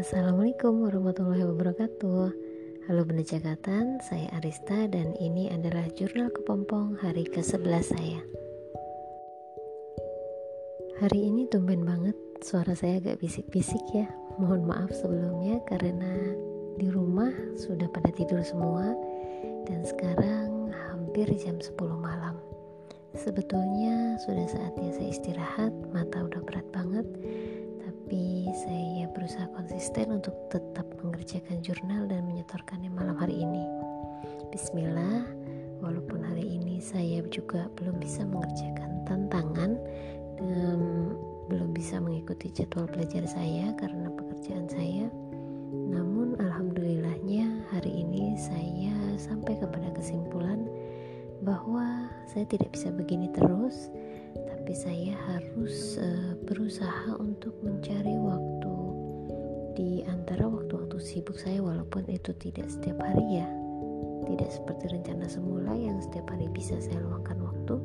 Assalamualaikum warahmatullahi wabarakatuh. Halo Bunda Cakatan, saya Arista dan ini adalah Jurnal Kepompong hari ke-11 saya. Hari ini tumben banget suara saya agak bisik-bisik ya. Mohon maaf sebelumnya karena di rumah sudah pada tidur semua dan sekarang hampir jam 10 malam. Sebetulnya sudah saatnya saya istirahat, mata udah berat banget. Tapi saya berusaha konsisten untuk tetap mengerjakan jurnal dan menyetorkannya malam hari ini. Bismillah, walaupun hari ini saya juga belum bisa mengerjakan tantangan dan belum bisa mengikuti jadwal belajar saya karena pekerjaan saya, namun alhamdulillahnya hari ini saya sampai kepada kesimpulan bahwa saya tidak bisa begini terus, tapi saya harus berusaha untuk mencari waktu di antara waktu-waktu sibuk saya, walaupun itu tidak setiap hari ya, tidak seperti rencana semula yang setiap hari bisa saya luangkan waktu,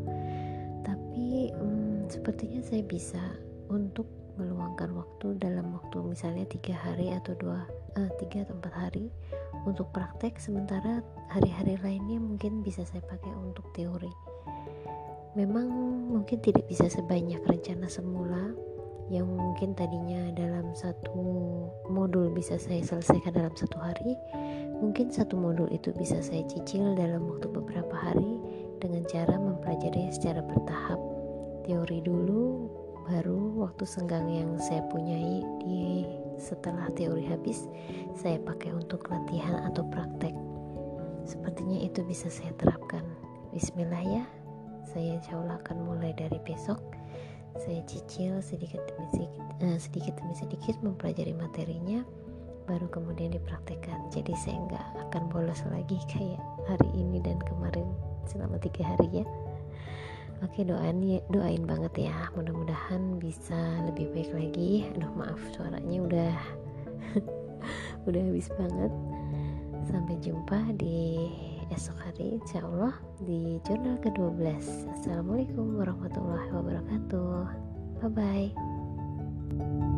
tapi sepertinya saya bisa untuk meluangkan waktu dalam waktu misalnya 3 hari atau 3 atau 4 hari untuk praktek, sementara hari-hari lainnya mungkin bisa saya pakai untuk teori. Memang mungkin tidak bisa sebanyak rencana semula yang mungkin tadinya dalam satu modul bisa saya selesaikan dalam 1 hari. Mungkin satu modul itu bisa saya cicil dalam waktu beberapa hari dengan cara mempelajari secara bertahap. Teori dulu, baru waktu senggang yang saya punyai setelah teori habis saya pakai untuk latihan atau praktek. Sepertinya itu bisa saya terapkan. Bismillah ya. Saya insya Allah akan mulai dari besok. Saya cicil sedikit demi sedikit mempelajari materinya, baru kemudian dipraktekkan. Jadi saya nggak akan bolos lagi kayak hari ini dan kemarin selama 3 hari ya. Oke, doain banget ya, mudah-mudahan bisa lebih baik lagi. Aduh maaf, suaranya udah udah habis banget. Sampai jumpa di esok hari insyaallah di jurnal ke-12. Assalamualaikum warahmatullahi wabarakatuh. Bye bye.